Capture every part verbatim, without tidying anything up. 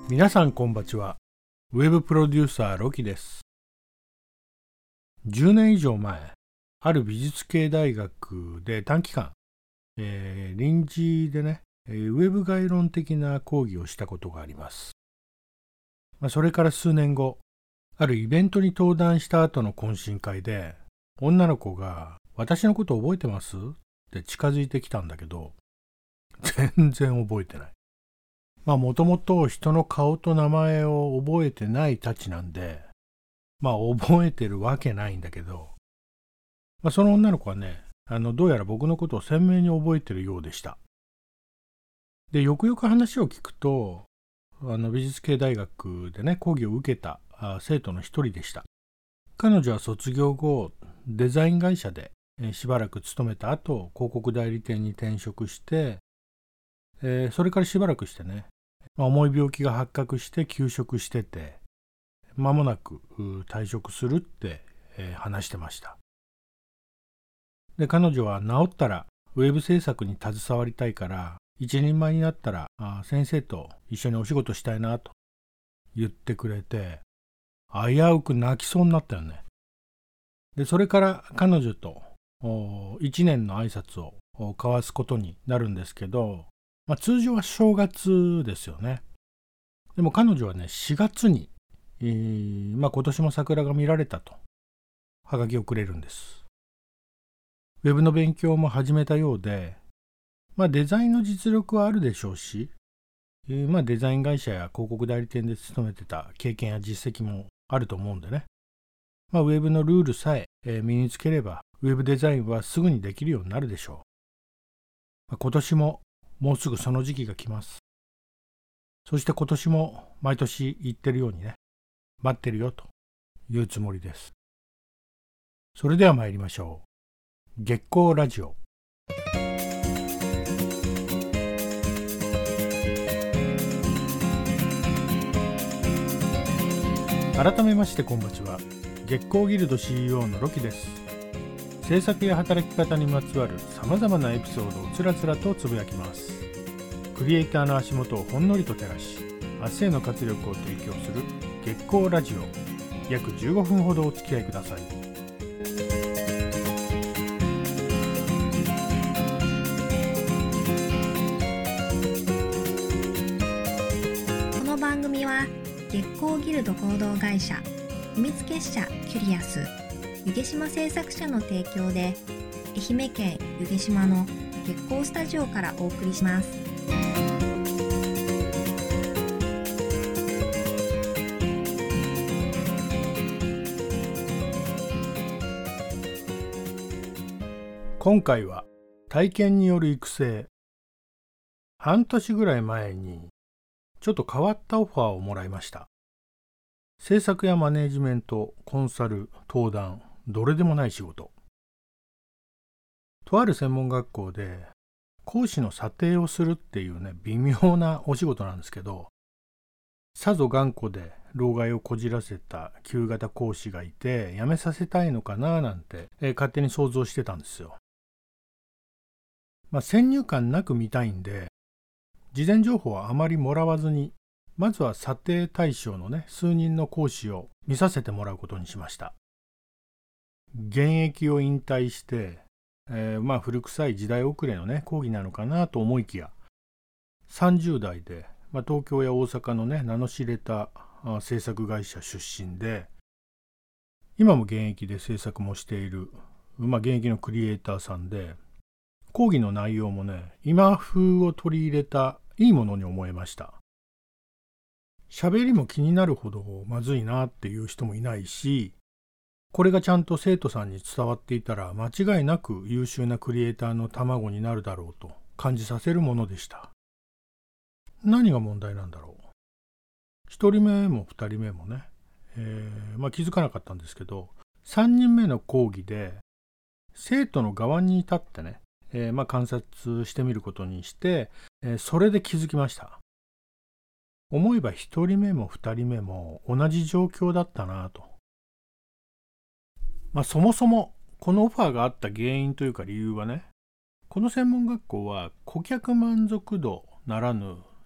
皆さんこんばんちは。ウェブプロデューサーロキです。じゅうねん以上前、ある美術系大学で短期間、えー、臨時でね、ウェブ概論的な講義をしたことがあります。まあ、それから数年後、あるイベントに登壇した後の懇親会で、女の子が私のこと覚えてますって近づいてきたんだけど、全然覚えてない。まあもともと人の顔と名前を覚えてないたちなんで、まあ覚えてるわけないんだけど、まあ、その女の子はね、あのどうやら僕のことを鮮明に覚えてるようでした。で、よくよく話を聞くと、あの美術系大学でね、講義を受けた生徒の一人でした。彼女は卒業後、デザイン会社でしばらく勤めた後、広告代理店に転職して、えー、それからしばらくしてね、まあ、重い病気が発覚して休職してて、間もなく退職するって、えー、話してました。で、彼女は治ったらウェブ制作に携わりたいから、一人前になったらあ先生と一緒にお仕事したいなと言ってくれて、危うく泣きそうになったよね。で、それから彼女といちねんの挨拶を交わすことになるんですけど、まあ、通常は正月ですよね。でも彼女はね、しがつに、えーまあ、今年も桜が見られたと、はがきをくれるんです。ウェブの勉強も始めたようで、まあ、デザインの実力はあるでしょうし、えーまあ、デザイン会社や広告代理店で勤めてた経験や実績もあると思うんでね。まあ、ウェブのルールさえ、えー、身につければ、ウェブデザインはすぐにできるようになるでしょう。まあ、今年ももうすぐその時期が来ます。そして今年も毎年言ってるようにね、待ってるよというつもりです。それでは参りましょう。月光ラジオ。改めましてこんばんちは。月光ギルド シーイーオー のロキです。制作や働き方にまつわるさまざまなエピソードをつらつらとつぶやきます。クリエイターの足元をほんのりと照らし、明日への活力を提供する月光ラジオ。約じゅうごふんほどお付き合いください。 この番組は月光ギルド合同会社、秘密結社キュリアス、湯気島製作者の提供で、愛媛県湯気島の月光スタジオからお送りします。 今回は体験による育成。半年ぐらい前にちょっと変わったオファーをもらいました。制作やマネージメント、コンサル、登壇、どれでもない仕事。とある専門学校で講師の査定をするっていうね、微妙なお仕事なんですけど、さぞ頑固で老害をこじらせた旧型講師がいて辞めさせたいのかななんて、えー、勝手に想像してたんですよ。まあ、先入観なく見たいんで、事前情報はあまりもらわずに、まずは査定対象のね、数人の講師を見させてもらうことにしました。現役を引退して、えー、まあ古臭い時代遅れのね、講義なのかなと思いきや、さんじゅう代で、まあ、東京や大阪のね、名の知れた制作会社出身で、今も現役で制作もしている、まあ、現役のクリエイターさんで、講義の内容もね、今風を取り入れたいいものに思えました。喋りも気になるほどまずいなっていう人もいないし、これがちゃんと生徒さんに伝わっていたら間違いなく優秀なクリエイターの卵になるだろうと感じさせるものでした。何が問題なんだろう。一人目も二人目もね、えーまあ、気づかなかったんですけど、三人目の講義で生徒の側に立ってね、えーまあ、観察してみることにして、えー、それで気づきました。思えば一人目も二人目も同じ状況だったなと。まあ、そもそもこのオファーがあった原因というか理由はね、この専門学校は顧客満足度ならぬ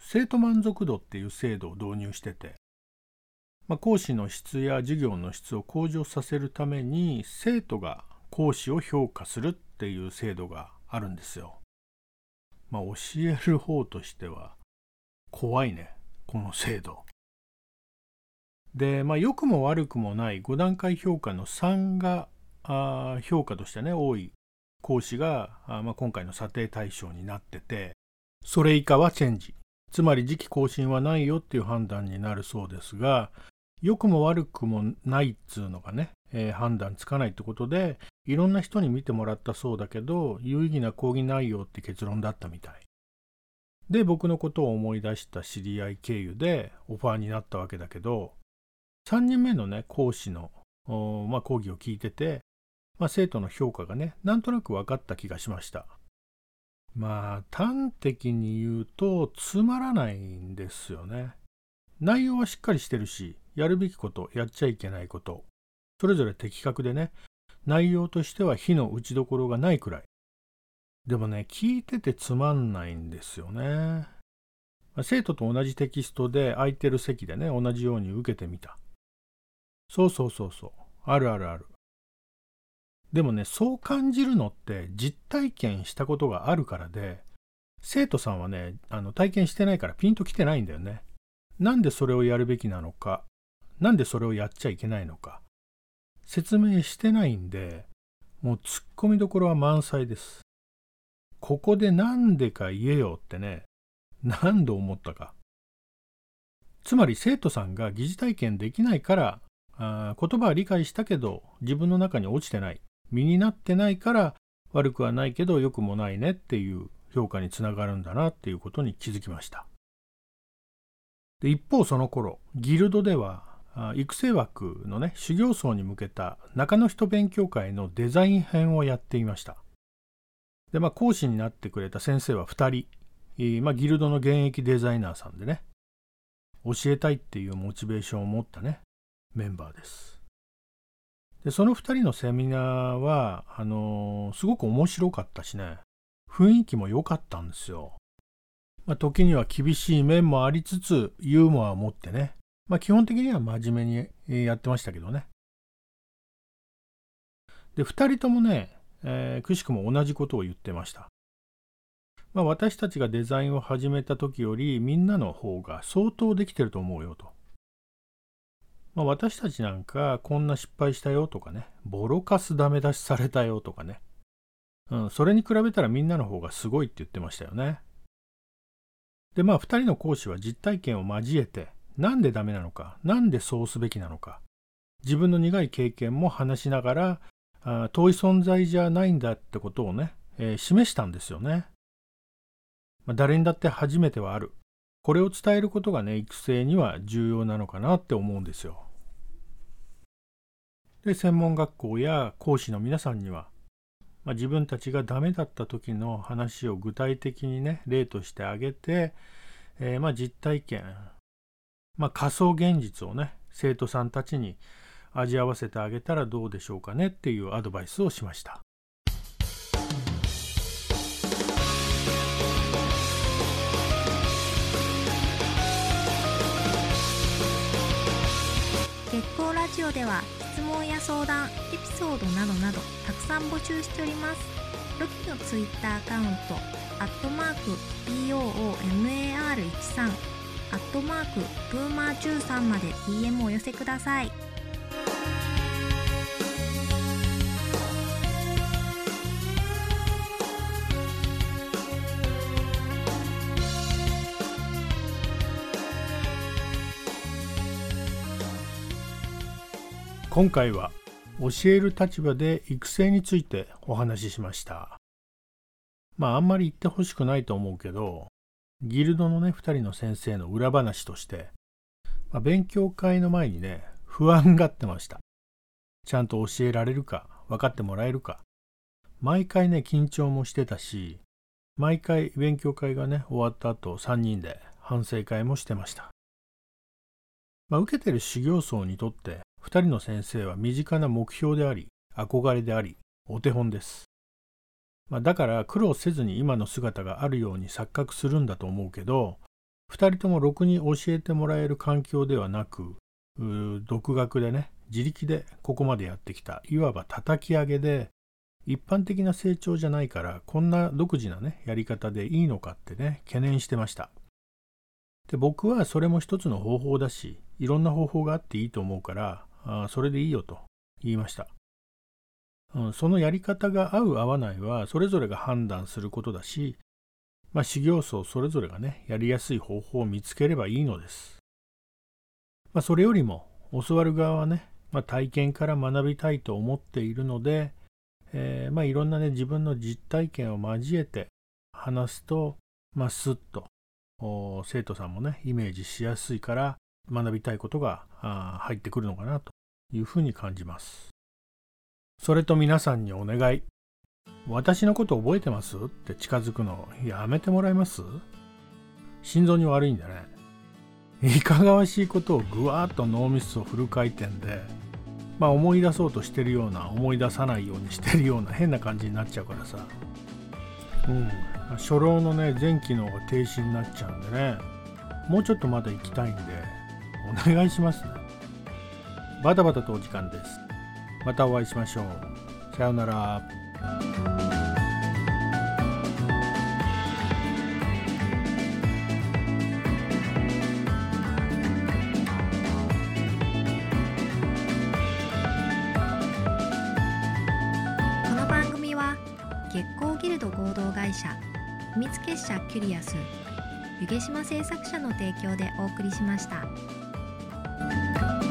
生徒満足度っていう制度を導入してて、まあ、講師の質や授業の質を向上させるために生徒が講師を評価するっていう制度があるんですよ。まあ、教える方としては怖いね、この制度。で、まあ、良くも悪くもないご段階評価のさんがあ評価としてね、多い講師があ、まあ、今回の査定対象になってて、それ以下はチェンジ。つまり次期更新はないよっていう判断になるそうですが、良くも悪くもないっつうのがね、えー、判断つかないってことで、いろんな人に見てもらったそうだけど、有意義な講義内容って結論だったみたい。で、僕のことを思い出した知り合い経由でオファーになったわけだけど、さんにんめのね、講師の、まあ、講義を聞いてて、まあ、生徒の評価がね、なんとなく分かった気がしました。まあ、端的に言うと、つまらないんですよね。内容はしっかりしてるし、やるべきこと、やっちゃいけないこと、それぞれ的確でね、内容としては火の打ちどころがないくらい。でもね、聞いててつまんないんですよね。生徒と同じテキストで空いてる席でね、同じように受けてみた。そうそうそうそう、あるあるある。でもね、そう感じるのって実体験したことがあるからで、生徒さんはね、あの体験してないからピンときてないんだよね。なんでそれをやるべきなのか、なんでそれをやっちゃいけないのか、説明してないんで、もう突っ込みどころは満載です。ここでなんでか言えよってね、何度思ったか。つまり生徒さんが疑似体験できないから、あ言葉は理解したけど自分の中に落ちてない、身になってないから悪くはないけど良くもないねっていう評価につながるんだなっていうことに気づきました。で、一方その頃ギルドでは育成枠のね、修行僧に向けた中の人勉強会のデザイン編をやっていました。で、まあ、講師になってくれた先生はふたり、まあ、ギルドの現役デザイナーさんでね、教えたいっていうモチベーションを持ったね、メンバーです。で、そのふたりのセミナーはあのー、すごく面白かったしね、雰囲気も良かったんですよ。まあ、時には厳しい面もありつつユーモアを持ってね、まあ、基本的には真面目にやってましたけどね。で、ふたりともね、えー、くしくも同じことを言ってました。まあ、私たちがデザインを始めた時よりみんなの方が相当できてると思うよと。まあ、私たちなんかこんな失敗したよとかね、ボロカスダメ出しされたよとかね、うん、それに比べたらみんなの方がすごいって言ってましたよね。で、まあふたりの講師は実体験を交えて、なんでダメなのか、なんでそうすべきなのか、自分の苦い経験も話しながら、あ遠い存在じゃないんだってことをね、えー、示したんですよね。まあ、誰にだって初めてはある。これを伝えることがね、育成には重要なのかなって思うんですよ。で、専門学校や講師の皆さんには、まあ、自分たちがダメだった時の話を具体的にね、例としてあげて、えー、まあ実体験、まあ、仮想現実をね、生徒さんたちに味合わせてあげたらどうでしょうかねっていうアドバイスをしました。 月光ラジオでは質問や相談、エピソードなどなどたくさん募集しております。ロキのツイッターアカウント、アットマーク ピーオーオーエムエーアールじゅうさん、アットマークブーマーじゅうさんまで ディーエム をお寄せください。 今回は教える立場で育成についてお話ししました。まああんまり言ってほしくないと思うけど、ギルドのねふたりの先生の裏話として、まあ、勉強会の前にね不安がってました。ちゃんと教えられるか分かってもらえるか。毎回ね緊張もしてたし、毎回勉強会がね終わった後さんにんで反省会もしてました。まあ、受けてる修行僧にとってふたりの先生は身近な目標であり、憧れであり、お手本です。まあ、だから苦労せずに今の姿があるように錯覚するんだと思うけど、 ふたりともろくに教えてもらえる環境ではなく、独学でね、自力でここまでやってきた、いわば叩き上げで、一般的な成長じゃないから、こんな独自なね、やり方でいいのかってね、懸念してました。で、僕はそれも一つの方法だし、いろんな方法があっていいと思うから、あそれでいいよと言いました。うん、そのやり方が合う合わないは、それぞれが判断することだし、まあ、修行僧それぞれがね、やりやすい方法を見つければいいのです。まあ、それよりも、教わる側はね、まあ、体験から学びたいと思っているので、えー、まあいろんなね、自分の実体験を交えて話すと、まあ、スッと生徒さんもね、イメージしやすいから学びたいことが入ってくるのかなというふうに感じます。それと皆さんにお願い。私のこと覚えてますって近づくのやめてもらえます？心臓に悪いんでね。いかがわしいことをぐわーっと脳みそフル回転で、まあ思い出そうとしてるような、思い出さないようにしてるような変な感じになっちゃうからさ。うん。初老のね、全機能が停止になっちゃうんでね、もうちょっとまだ行きたいんで、お願いしますね。バタバタとお時間です。またお会いしましょう。さようなら。 月光ギルド合同会社秘密結社キュリアス湯毛島製作者の提供でお送りしました。